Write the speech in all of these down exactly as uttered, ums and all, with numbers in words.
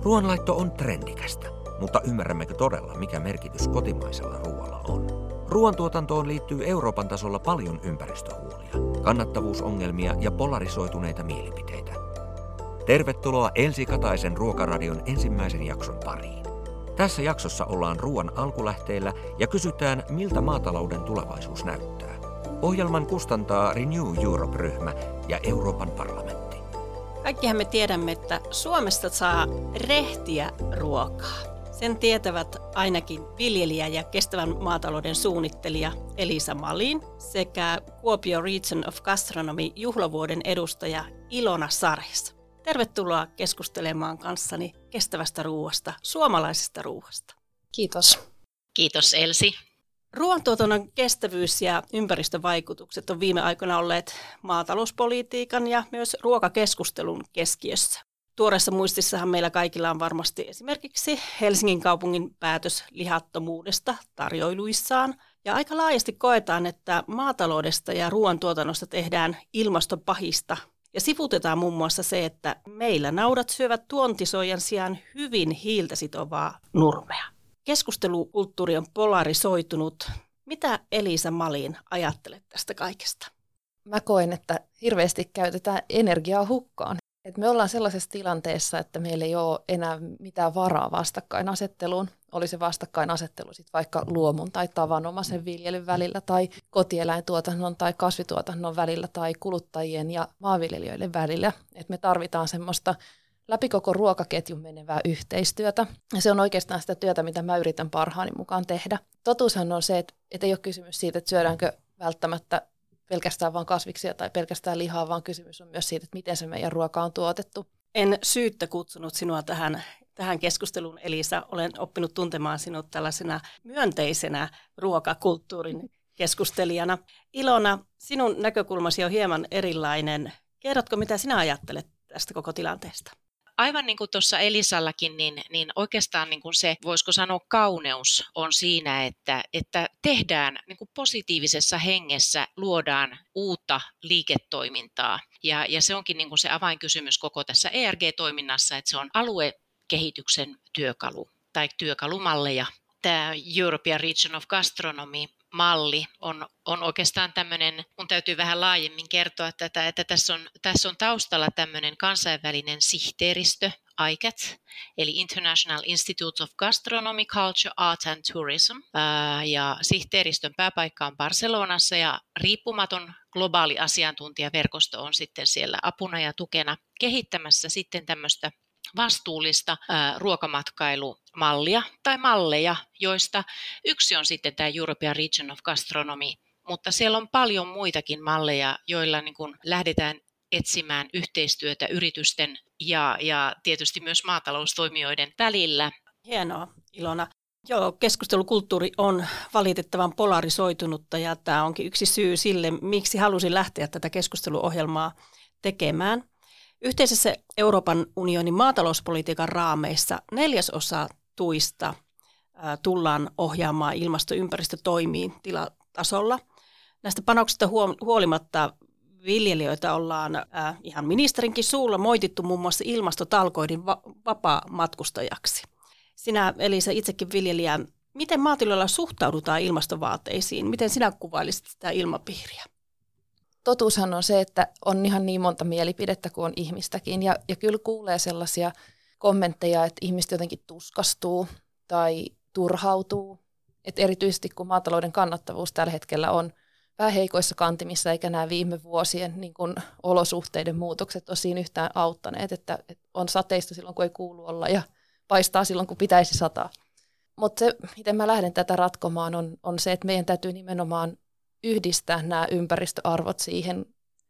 Ruoanlaitto on trendikästä, mutta ymmärrämmekö todella, mikä merkitys kotimaisella ruoalla on? Ruoantuotantoon liittyy Euroopan tasolla paljon ympäristöhuolia, kannattavuusongelmia ja polarisoituneita mielipiteitä. Tervetuloa Elsi Kataisen Ruokaradion ensimmäisen jakson pariin. Tässä jaksossa ollaan ruoan alkulähteillä ja kysytään, miltä maatalouden tulevaisuus näyttää. Ohjelman kustantaa Renew Europe-ryhmä ja Euroopan parlamentti. Kaikkihan me tiedämme, että Suomesta saa rehtiä ruokaa. Sen tietävät ainakin viljelijä ja kestävän maatalouden suunnittelija Elisa Malin sekä Kuopio Region of Gastronomy juhlavuoden edustaja Ilona Sarhes. Tervetuloa keskustelemaan kanssani kestävästä ruoasta, suomalaisesta ruoasta. Kiitos. Kiitos Elsi. Ruoantuotannon kestävyys ja ympäristövaikutukset on viime aikoina olleet maatalouspolitiikan ja myös ruokakeskustelun keskiössä. Tuoreessa muistissahan meillä kaikilla on varmasti esimerkiksi Helsingin kaupungin päätös lihattomuudesta tarjoiluissaan. Ja aika laajasti koetaan, että maataloudesta ja ruoantuotannosta tehdään ilmastopahista. Ja sivutetaan muun muassa se, että meillä naudat syövät tuontisoijan sijaan hyvin hiiltä sitovaa nurmea. Keskustelukulttuuri on polarisoitunut. Mitä Elisa Malin ajattelet tästä kaikesta? Mä koen, että hirveästi käytetään energiaa hukkaan. Et me ollaan sellaisessa tilanteessa, että meillä ei ole enää mitään varaa vastakkainasetteluun. Oli se vastakkainasettelu sit vaikka luomun tai tavanomaisen viljelyn välillä tai kotieläintuotannon tai kasvituotannon välillä tai kuluttajien ja maanviljelijöiden välillä. Et me tarvitaan semmoista läpi koko ruokaketjun menevää yhteistyötä. Ja se on oikeastaan sitä työtä, mitä mä yritän parhaani mukaan tehdä. Totuushan on se, että, että ei ole kysymys siitä, että syödäänkö välttämättä pelkästään vain kasviksia tai pelkästään lihaa, vaan kysymys on myös siitä, että miten se meidän ruoka on tuotettu. En syyttä kutsunut sinua tähän, tähän keskusteluun, Elisa. Olen oppinut tuntemaan sinut tällaisena myönteisenä ruokakulttuurin keskustelijana. Ilona, sinun näkökulmasi on hieman erilainen. Kerrotko, mitä sinä ajattelet tästä koko tilanteesta? Aivan niin kuin tuossa Elisallakin, niin, niin oikeastaan niin kuin se, voisiko sanoa kauneus, on siinä, että, että tehdään niin kuin positiivisessa hengessä, luodaan uutta liiketoimintaa. Ja, ja se onkin niin kuin se avainkysymys koko tässä E R G-toiminnassa, että se on aluekehityksen työkalu tai työkalumalleja. Tämä European Region of Gastronomy malli on, on oikeastaan tämmöinen, mun täytyy vähän laajemmin kertoa tätä, että tässä on, tässä on taustalla tämmöinen kansainvälinen sihteeristö, I C A T, eli International Institute of Gastronomy, Culture, Art and Tourism, ää, ja sihteeristön pääpaikka on Barcelonassa ja riippumaton globaali asiantuntijaverkosto on sitten siellä apuna ja tukena kehittämässä sitten tämmöistä vastuullista ää, ruokamatkailumallia tai malleja, joista yksi on sitten tämä European Region of Gastronomy, mutta siellä on paljon muitakin malleja, joilla niin kun lähdetään etsimään yhteistyötä yritysten ja, ja tietysti myös maataloustoimijoiden välillä. Hienoa, Ilona. Joo, keskustelukulttuuri on valitettavan polarisoitunutta ja tämä onkin yksi syy sille, miksi halusin lähteä tätä keskusteluohjelmaa tekemään. Yhteisessä Euroopan unionin maatalouspolitiikan raameissa neljäsosa tuista ää, tullaan ohjaamaan ilmasto- ja ympäristötoimiin tilatasolla. Näistä panoksista huolimatta viljelijöitä ollaan ää, ihan ministerinkin suulla moitittu muun muassa ilmastotalkoiden va- vapaa-matkustajaksi. Sinä, Elisa, itsekin viljelijä, miten maatiloilla suhtaudutaan ilmastovaateisiin? Miten sinä kuvailisit sitä ilmapiiriä? Totuushan on se, että on ihan niin monta mielipidettä kuin on ihmistäkin ja, ja kyllä kuulee sellaisia kommentteja, että ihmiset jotenkin tuskastuu tai turhautuu. Et erityisesti kun maatalouden kannattavuus tällä hetkellä on vähän heikoissa kantimissa eikä nämä viime vuosien niin kun olosuhteiden muutokset ole siinä yhtään auttaneet, että, että on sateista silloin kun ei kuulu olla ja paistaa silloin kun pitäisi sataa. Mutta se, miten mä lähden tätä ratkomaan on, on se, että meidän täytyy nimenomaan yhdistää nämä ympäristöarvot siihen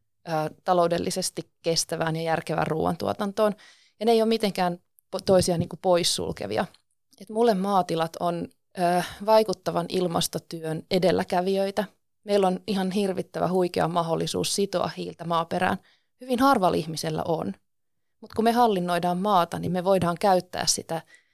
ä, taloudellisesti kestävään ja järkevään ruoantuotantoon. Ja ne ei ole mitenkään toisiaan niin kuin poissulkevia. Et mulle maatilat on ä, vaikuttavan ilmastotyön edelläkävijöitä. Meillä on ihan hirvittävä huikea mahdollisuus sitoa hiiltä maaperään. Hyvin harvalla ihmisellä on. Mutta kun me hallinnoidaan maata, niin me voidaan käyttää sitä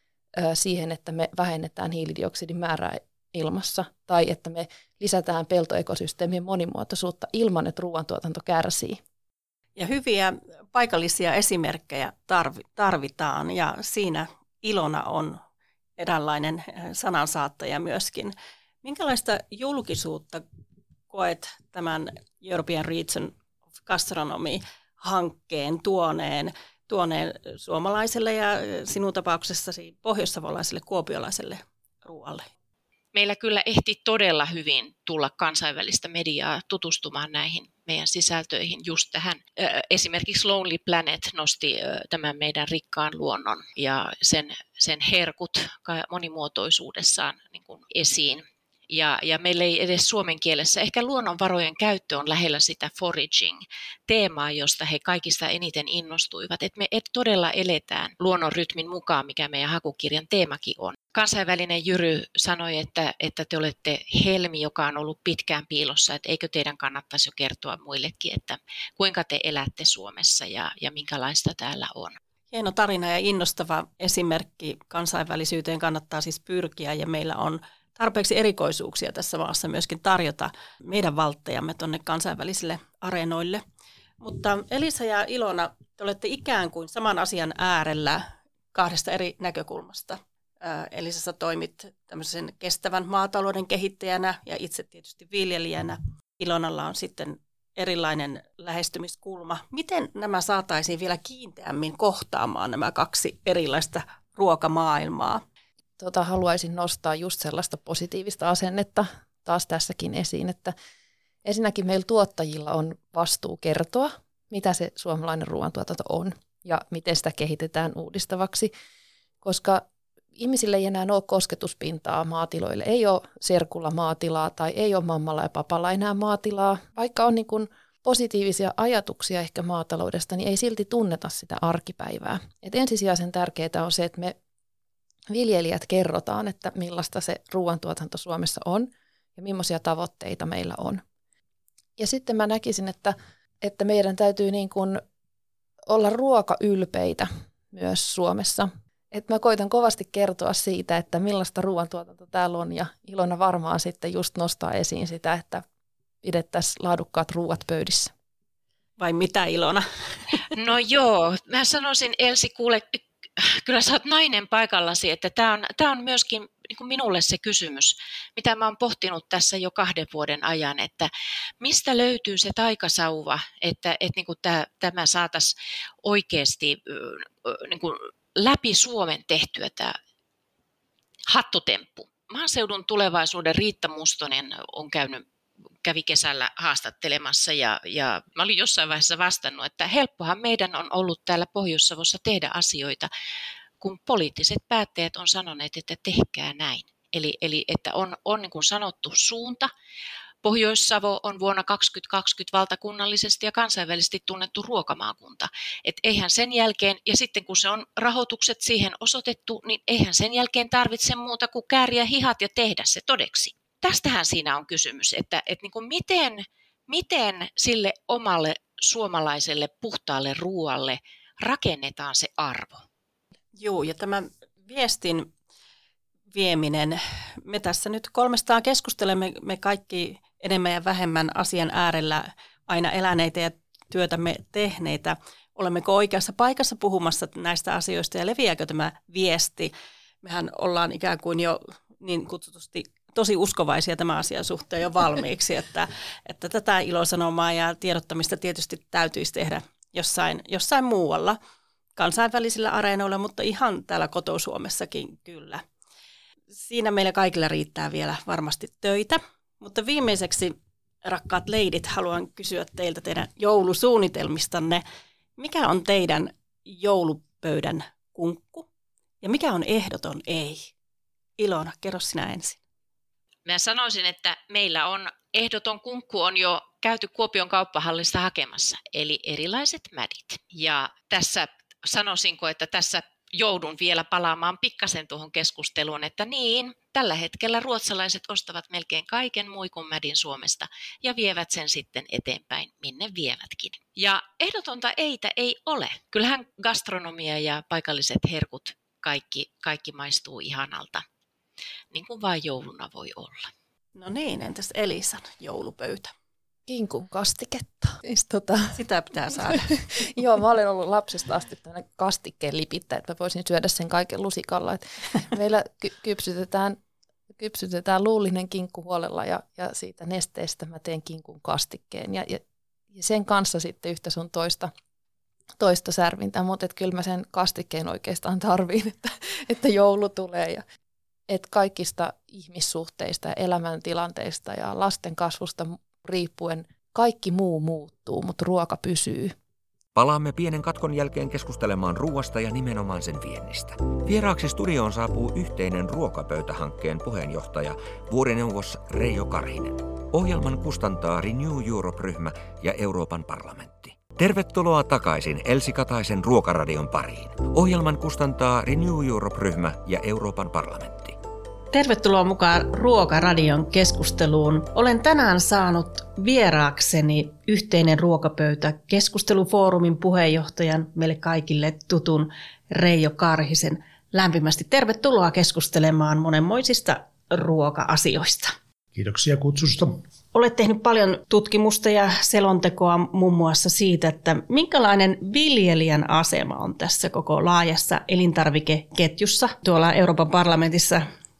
ä, siihen, että me vähennetään hiilidioksidin määrää ilmassa tai että me lisätään peltoekosysteemien monimuotoisuutta ilman, että ruoantuotanto kärsii. Ja hyviä paikallisia esimerkkejä tarvitaan ja siinä Ilona on eräänlainen sanansaattaja myöskin. Minkälaista julkisuutta koet tämän European Region of Gastronomy-hankkeen tuoneen, tuoneen suomalaiselle ja sinun tapauksessasi pohjoissavolaiselle, kuopiolaiselle ruoalle? Meillä kyllä ehti todella hyvin tulla kansainvälistä mediaa tutustumaan näihin meidän sisältöihin just tähän. Esimerkiksi Lonely Planet nosti tämän meidän rikkaan luonnon ja sen, sen herkut monimuotoisuudessaan niin kuin esiin. Ja, ja meillä ei edes suomen kielessä, ehkä luonnonvarojen käyttö on lähellä sitä foraging-teemaa, josta he kaikista eniten innostuivat. Että me et todella eletään luonnon rytmin mukaan, mikä meidän hakukirjan teemakin on. Kansainvälinen Jyry sanoi, että, että te olette helmi, joka on ollut pitkään piilossa, että eikö teidän kannattaisi jo kertoa muillekin, että kuinka te elätte Suomessa ja, ja minkälaista täällä on. Hieno tarina ja innostava esimerkki. Kansainvälisyyteen kannattaa siis pyrkiä ja meillä on tarpeeksi erikoisuuksia tässä maassa myöskin tarjota meidän valttejamme tuonne kansainvälisille areenoille. Mutta Elisa ja Ilona, te olette ikään kuin saman asian äärellä kahdesta eri näkökulmasta. Elisa, sä toimit tämmöisen kestävän maatalouden kehittäjänä ja itse tietysti viljelijänä. Ilonalla on sitten erilainen lähestymiskulma. Miten nämä saataisiin vielä kiinteämmin kohtaamaan, nämä kaksi erilaista ruokamaailmaa? Tota, haluaisin nostaa just sellaista positiivista asennetta taas tässäkin esiin, että ensinnäkin meillä tuottajilla on vastuu kertoa, mitä se suomalainen ruoantuotanto on ja miten sitä kehitetään uudistavaksi, koska ihmisille ei enää ole kosketuspintaa maatiloille, ei ole serkulla maatilaa tai ei ole mammalla ja papalla enää maatilaa, vaikka on niin kuin positiivisia ajatuksia ehkä maataloudesta, niin ei silti tunneta sitä arkipäivää. Et ensisijaisen tärkeää on se, että me viljelijät kerrotaan, että millaista se ruoantuotanto Suomessa on ja millaisia tavoitteita meillä on. Ja sitten mä näkisin, että, että meidän täytyy niin kuin olla ruokaylpeitä myös Suomessa. Et mä koitan kovasti kertoa siitä, että millaista ruoantuotanto täällä on ja Ilona varmaan sitten just nostaa esiin sitä, että pidettäisiin laadukkaat ruuat pöydissä. Vai mitä, Ilona? No joo, mä sanoisin Elsi, kuule, kyllä sä oot nainen paikallasi, että tämä on, tää on myöskin niin kuin minulle se kysymys, mitä mä oon pohtinut tässä jo kahden vuoden ajan, että mistä löytyy se taikasauva, että, että niin kuin tämä, tämä saataisiin oikeasti niin kuin läpi Suomen tehtyä tämä hattutemppu. Maaseudun tulevaisuuden Riitta Mustonen on käynyt, kävi kesällä haastattelemassa ja, ja mä olin jossain vaiheessa vastannut, että helppohan meidän on ollut täällä Pohjois-Savossa tehdä asioita, kun poliittiset päättäjät on sanoneet, että tehkää näin. Eli, eli että on, on niin kuin sanottu suunta. Pohjois-Savo on vuonna kaksituhattakaksikymmentä valtakunnallisesti ja kansainvälisesti tunnettu ruokamaakunta. Et eihän sen jälkeen, ja sitten kun se on rahoitukset siihen osoitettu, niin eihän sen jälkeen tarvitse muuta kuin kääriä hihat ja tehdä se todeksi. Tästähän siinä on kysymys, että, että niin kuin miten, miten sille omalle suomalaiselle puhtaalle ruoalle rakennetaan se arvo. Joo, ja tämä viestin vieminen, me tässä nyt kolmestaan keskustelemme, me kaikki enemmän ja vähemmän asian äärellä aina eläneitä ja työtämme tehneitä. Olemmeko oikeassa paikassa puhumassa näistä asioista ja leviääkö tämä viesti? Mehän ollaan ikään kuin jo niin kutsutusti tosi uskovaisia tämän asian suhteen jo valmiiksi, että, että tätä ilosanomaa ja tiedottamista tietysti täytyisi tehdä jossain, jossain muualla, kansainvälisillä areenoilla, mutta ihan täällä koto-Suomessakin kyllä. Siinä meillä kaikilla riittää vielä varmasti töitä, mutta viimeiseksi, rakkaat leidit, haluan kysyä teiltä teidän joulusuunnitelmistanne. Mikä on teidän joulupöydän kunkku ja mikä on ehdoton ei? Ilona, kerro sinä ensin. Mä sanoisin, että meillä on ehdoton kunkku on jo käyty Kuopion kauppahallista hakemassa, eli erilaiset mädit. Ja tässä sanoisinko, että tässä joudun vielä palaamaan pikkasen tuohon keskusteluun, että niin, tällä hetkellä ruotsalaiset ostavat melkein kaiken muikun mädin Suomesta ja vievät sen sitten eteenpäin, minne vievätkin. Ja ehdotonta eitä ei ole. Kyllähän gastronomia ja paikalliset herkut kaikki, kaikki maistuu ihanalta, niin kuin vain jouluna voi olla. No niin, entäs Elisan joulupöytä? Kinkun kastiketta. Siis tota... Sitä pitää saada. Joo, mä olen ollut lapsesta asti tämmöinen kastikkeen lipittäjä, että mä voisin syödä sen kaiken lusikalla. Et meillä ky- kypsytetään, kypsytetään luullinen kinkku huolella ja, ja siitä nesteestä mä teen kinkun kastikkeen. Ja, ja, ja sen kanssa sitten yhtä sun toista, toista särvintä, mutta kyllä mä sen kastikkeen oikeastaan tarviin, että, että joulu tulee ja että kaikista ihmissuhteista ja elämäntilanteista ja lasten kasvusta riippuen kaikki muu muuttuu, mutta ruoka pysyy. Palaamme pienen katkon jälkeen keskustelemaan ruuasta ja nimenomaan sen viennistä. Vieraaksi studioon saapuu yhteinen ruokapöytähankkeen puheenjohtaja, vuorineuvos Reijo Karhinen. Ohjelman kustantaa Renew Europe-ryhmä ja Euroopan parlamentti. Tervetuloa takaisin Elsi Kataisen Ruokaradion pariin. Ohjelman kustantaa Renew Europe-ryhmä ja Euroopan parlamentti. Tervetuloa mukaan Ruokaradion keskusteluun. Olen tänään saanut vieraakseni yhteinen ruokapöytä keskustelufoorumin puheenjohtajan, meille kaikille tutun Reijo Karhisen. Lämpimästi tervetuloa keskustelemaan monenmoisista ruoka-asioista. Kiitoksia kutsusta. Olet tehnyt paljon tutkimusta ja selontekoa muun muassa siitä, että minkälainen viljelijän asema on tässä koko laajassa elintarvikeketjussa. Tuolla Euroopan parlamentissa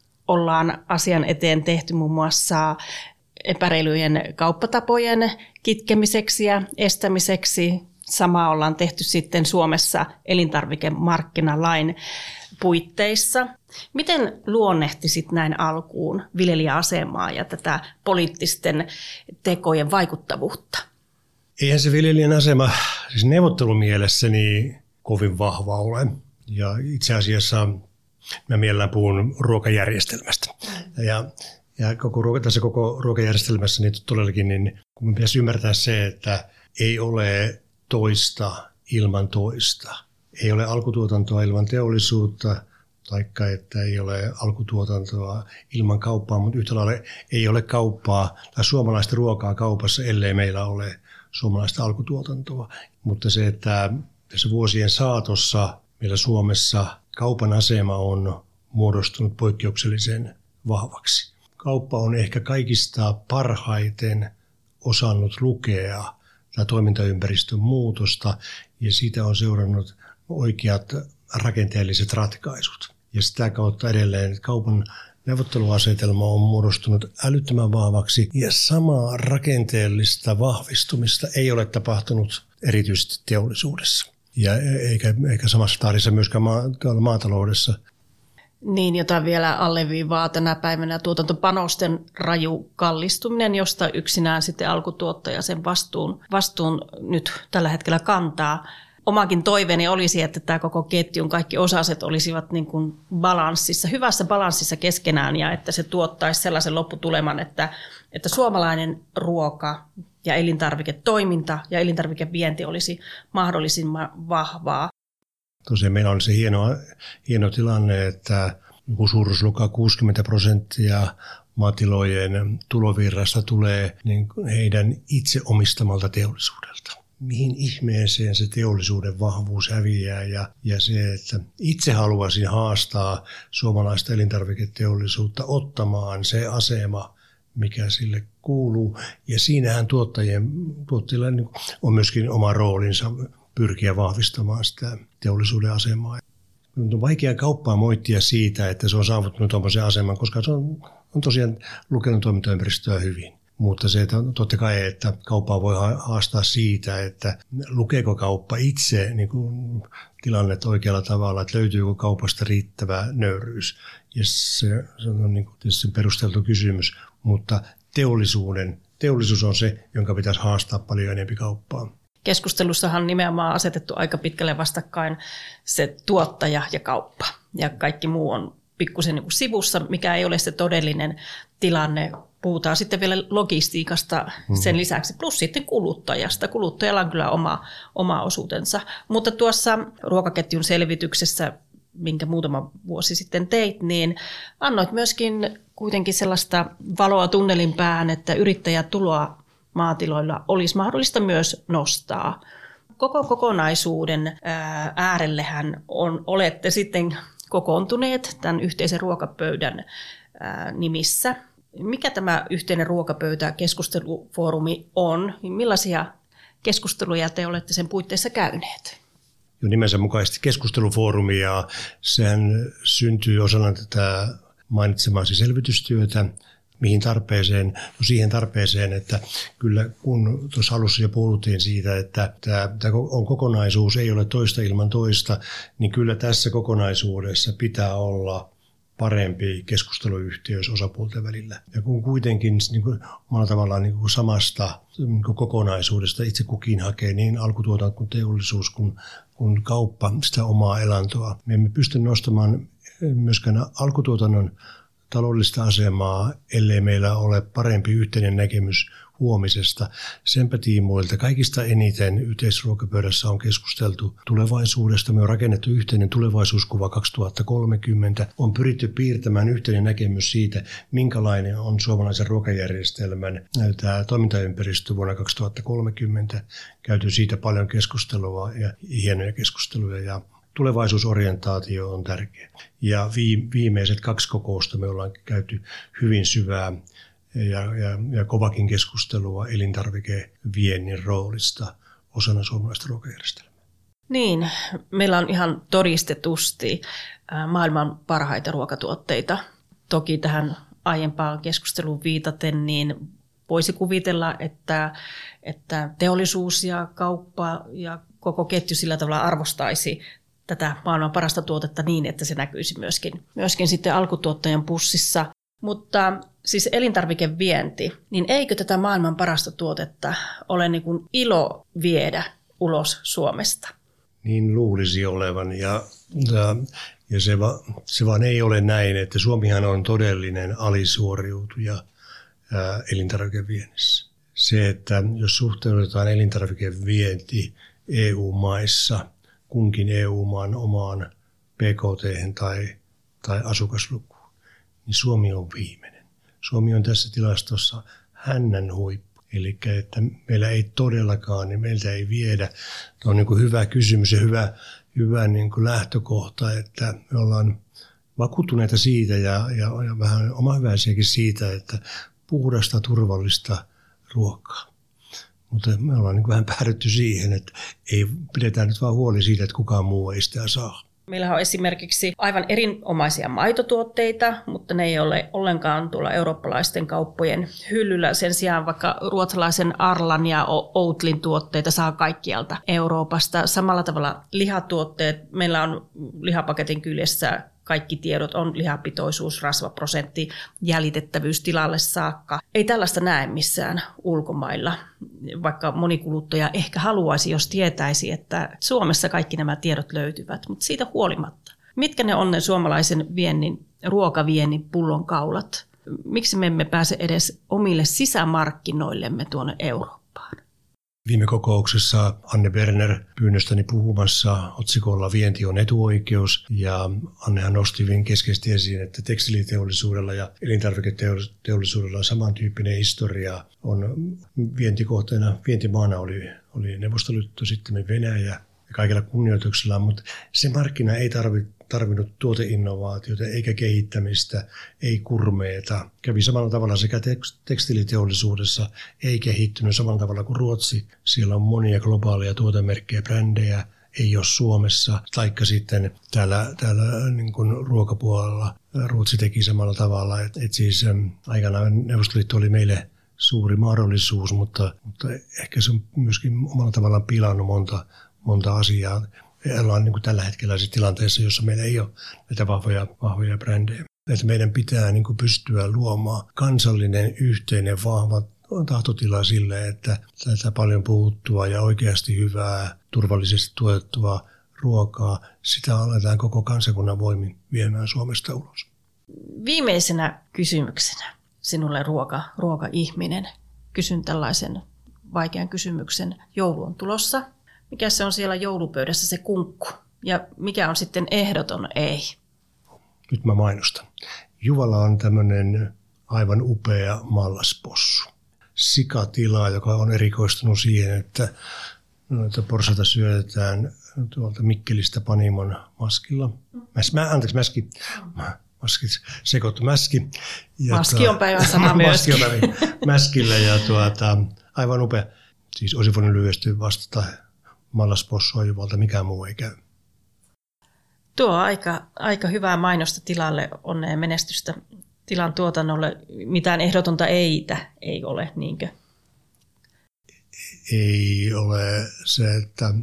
ollaan asian eteen tehty muun muassa epäreilujen kauppatapojen kitkemiseksi ja estämiseksi. Sama ollaan tehty sitten Suomessa elintarvikemarkkinalain puitteissa. Miten luonnehtisit näin alkuun viljelijäasemaa ja tätä poliittisten tekojen vaikuttavuutta? Eihän se viljelijän asema siis neuvottelumielessä niin kovin vahva ole. Ja itse asiassa mä mielellään puhun ruokajärjestelmästä. Ja, ja koko, tässä koko ruokajärjestelmässä niin todellakin niin, kun pitäisi ymmärtää se, että ei ole toista ilman toista. Ei ole alkutuotantoa ilman teollisuutta, taikka että ei ole alkutuotantoa ilman kauppaa, mutta yhtä lailla ei ole kauppaa tai suomalaista ruokaa kaupassa, ellei meillä ole suomalaista alkutuotantoa. Mutta se, että tässä vuosien saatossa meillä Suomessa kaupan asema on muodostunut poikkeuksellisen vahvaksi. Kauppa on ehkä kaikista parhaiten osannut lukea tämä toimintaympäristön muutosta ja siitä on seurannut oikeat rakenteelliset ratkaisut. Ja sitä kautta edelleen kaupan neuvotteluasetelma on muodostunut älyttömän vahvaksi ja samaa rakenteellista vahvistumista ei ole tapahtunut erityisesti teollisuudessa. Ja eikä, eikä samassa tahdissa myöskään maa, maataloudessa. Niin, jota vielä alleviivaa tänä päivänä tuotantopanosten raju kallistuminen, josta yksinään sitten alkutuottaja sen vastuun, vastuun nyt tällä hetkellä kantaa. Omakin toiveeni olisi, että tämä koko ketjun kaikki osaset olisivat niin kuin balanssissa, hyvässä balanssissa keskenään ja että se tuottaisi sellaisen lopputuleman, että, että suomalainen ruoka ja elintarviketoiminta ja elintarvikevienti olisi mahdollisimman vahvaa. Tosiaan meillä on se hieno, hieno tilanne, että suuruusluokkaa kuusikymmentä prosenttia maatilojen tulovirrasta tulee niin heidän itse omistamalta teollisuudelta. Mihin ihmeeseen se teollisuuden vahvuus häviää ja, ja se, että itse haluaisin haastaa suomalaista elintarviketeollisuutta ottamaan se asema, mikä sille kuuluu. Ja siinähän tuottajien, tuottajilla on myöskin oma roolinsa pyrkiä vahvistamaan sitä teollisuuden asemaa. On vaikea kauppaa moittia siitä, että se on saavuttanut tuommoisen aseman, koska se on, on tosiaan lukenut toimintaympäristöä hyvin. Mutta se, että totta kai, että kauppaa voi haastaa siitä, että lukeeko kauppa itse niin kuin tilannetta oikealla tavalla, että löytyykö kaupasta riittävä nöyryys. Ja se, se on niin kuin tietysti perusteltu kysymys, mutta teollisuuden, teollisuus on se, jonka pitäisi haastaa paljon enemmän kauppaa. Keskustelussahan on nimenomaan asetettu aika pitkälle vastakkain se tuottaja ja kauppa. Ja kaikki muu on pikkusen niin kuin sivussa, mikä ei ole se todellinen tilanne. Puhutaan sitten vielä logistiikasta sen lisäksi, plus sitten kuluttajasta. Kuluttajalla on kyllä oma, oma osuutensa. Mutta tuossa ruokaketjun selvityksessä, minkä muutama vuosi sitten teit, niin annoit myöskin kuitenkin sellaista valoa tunnelin päähän, että yrittäjätuloa maatiloilla olisi mahdollista myös nostaa. Koko kokonaisuuden äärellehän on, olette sitten kokoontuneet tämän yhteisen ruokapöydän nimissä. Mikä tämä yhteinen ruokapöytä keskustelufoorumi on? Millaisia keskusteluja te olette sen puitteissa käyneet? Jo nimensä mukaisesti keskustelufoorumi, ja sehän syntyy osana tätä mainitsemaasi selvitystyötä. Mihin tarpeeseen? No siihen tarpeeseen, että kyllä kun tuossa alussa jo puhuttiin siitä, että tämä on kokonaisuus, ei ole toista ilman toista, niin kyllä tässä kokonaisuudessa pitää olla parempi keskusteluyhteys osapuolten välillä. Ja kun kuitenkin niin kuin, omalla tavallaan niin kuin samasta niin kuin kokonaisuudesta itse kukin hakee niin alkutuotanto kuin teollisuus kuin, kuin kauppa sitä omaa elantoa. Me emme pysty nostamaan myöskään alkutuotannon taloudellista asemaa, ellei meillä ole parempi yhteinen näkemys huomisesta. Senpä tiimoilta kaikista eniten yhteisruokapöydässä on keskusteltu tulevaisuudesta. Me on rakennettu yhteinen tulevaisuuskuva kaksituhattakolmekymmentä. On pyritty piirtämään yhteinen näkemys siitä, minkälainen on suomalaisen ruokajärjestelmän tämä toimintaympäristö vuonna kaksituhattakolmekymmentä. Käyty siitä paljon keskustelua ja hienoja keskusteluja, ja tulevaisuusorientaatio on tärkeä. Ja viimeiset kaksi kokousta me ollaan käyty hyvin syvää ja, ja, ja kovakin keskustelua elintarvikeviennin roolista osana suomalaista ruokajärjestelmää. Niin, meillä on ihan todistetusti maailman parhaita ruokatuotteita. Toki tähän aiempaan keskusteluun viitaten, niin voisi kuvitella, että, että teollisuus ja kauppa ja koko ketju sillä tavalla arvostaisi tätä maailman parasta tuotetta niin, että se näkyisi myöskin, myöskin sitten alkutuottajan pussissa. Mutta siis elintarvikevienti, niin eikö tätä maailman parasta tuotetta ole niin kuin ilo viedä ulos Suomesta? Niin luulisi olevan, ja, ja, ja se, va, se vaan ei ole näin, että Suomihan on todellinen alisuoriutuja ää, elintarvikeviennissä. Se, että jos suhteutetaan elintarvikevienti E U-maissa kunkin E U-maan omaan B K T tai, tai asukaslukuun, niin Suomi on viimeinen. Suomi on tässä tilastossa hännän huippu. Eli että meillä ei todellakaan, niin meiltä ei viedä. Tämä on niin kuin hyvä kysymys ja hyvä, hyvä niin kuin lähtökohta, että me ollaan vakuuttuneita siitä ja, ja, ja vähän omahyväisiäkin siitä, että puhdasta, turvallista ruokaa. Mutta me ollaan niin vähän päädytty siihen, että ei pidetään nyt vaan huoli siitä, että kukaan muu ei sitä saa. Meillä on esimerkiksi aivan erinomaisia maitotuotteita, mutta ne ei ole ollenkaan tuolla eurooppalaisten kauppojen hyllyllä. Sen sijaan vaikka ruotsalaisen Arlan ja Outlin tuotteita saa kaikkialta Euroopasta. Samalla tavalla lihatuotteet. Meillä on lihapaketin kyljessä kaikki tiedot, on lihapitoisuus, rasvaprosentti, jäljitettävyys tilalle saakka. Ei tällaista näe missään ulkomailla, vaikka moni kuluttaja ehkä haluaisi, jos tietäisi, että Suomessa kaikki nämä tiedot löytyvät, mutta siitä huolimatta. Mitkä ne on ne suomalaisen viennin, ruokaviennin pullonkaulat? Miksi me emme pääse edes omille sisämarkkinoillemme tuonne Eurooppaan? Viime kokouksessa Anne Berner pyynnöstäni puhumassa otsikolla Vienti on etuoikeus, ja Annehan nosti hyvin keskeisesti esiin, että tekstiiliteollisuudella ja elintarviketeollisuudella on samantyyppinen historia. On vientikohteena, vientimaana oli, oli Neuvostoliitto, sitten Venäjä ja kaikilla kunnioituksella, mutta se markkina ei tarvi, tarvinnut tuoteinnovaatiota eikä kehittämistä, ei kurmeeta. Kävi samalla tavalla sekä tekstiiliteollisuudessa, ei kehittynyt samalla tavalla kuin Ruotsi. Siellä on monia globaaleja tuotemerkkejä, brändejä, ei ole Suomessa. Taikka sitten täällä, täällä niin kuin ruokapuolella Ruotsi teki samalla tavalla. Et, et siis äm, aikanaan Neuvostoliitto oli meille suuri mahdollisuus, mutta, mutta ehkä se on myöskin omalla tavallaan pilannut monta monta asiaa. Ollaan niin kuin tällä hetkellä tilanteessa, jossa meillä ei ole näitä vahvoja, vahvoja brändejä. Että meidän pitää niin kuin pystyä luomaan kansallinen, yhteinen, vahva tahtotila sille, että tätä paljon puhuttua ja oikeasti hyvää, turvallisesti tuotettua ruokaa, sitä aletaan koko kansakunnan voimin viemään Suomesta ulos. Viimeisenä kysymyksenä sinulle ruoka, ruoka-ihminen. Kysyn tällaisen vaikean kysymyksen. Joulu on tulossa. Mikä se on siellä joulupöydässä se kunkku? Ja mikä on sitten ehdoton ei? Nyt mä mainostan. Juvalla on tämmöinen aivan upea mallaspossu. Sikatila, joka on erikoistunut siihen, että noita porsaita syötetään tuolta Mikkelistä Panimon maskilla. Mäs, mä, anteeksi, mäski, Maski sekoittu mäski. Ja maski on päivän sana myöskin. Maski on päivän mäskillä ja tuota, aivan upea. Siis olisi voinut lyhyesti vastata mallaspossua Juvalta, mikään muu ei käy. Tuo on aika, aika hyvää mainosta tilalle, onnea menestystä tilan tuotannolle. Mitään ehdotonta eitä ei ole, niinkö? Ei ole se, että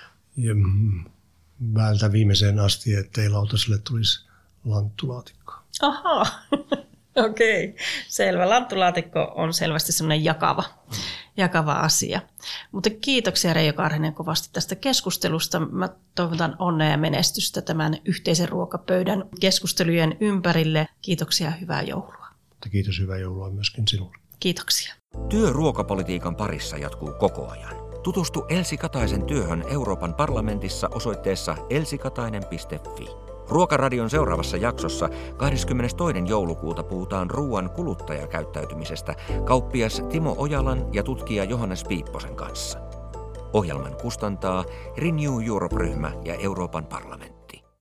vältä viimeiseen asti, ettei lautaselle tulisi lanttulaatikkoa. Ahaa, okei. Okay. Selvä. Lanttulaatikko on selvästi semmoinen jakava, jakava asia. Mutta kiitoksia Reijo Karhinen kovasti tästä keskustelusta. Mä toivotan onnea ja menestystä tämän yhteisen ruokapöydän keskustelujen ympärille. Kiitoksia ja hyvää joulua. Kiitos, hyvää joulua myöskin sinulle. Kiitoksia. Työ ruokapolitiikan parissa jatkuu koko ajan. Tutustu Elsi Kataisen työhön Euroopan parlamentissa osoitteessa elsikatainen piste fi. Ruokaradion seuraavassa jaksossa kahdeskymmenestoinen joulukuuta puhutaan ruoan kuluttajakäyttäytymisestä kauppias Timo Ojalan ja tutkija Johannes Piipposen kanssa. Ohjelman kustantaa Renew Europe-ryhmä ja Euroopan parlamentti.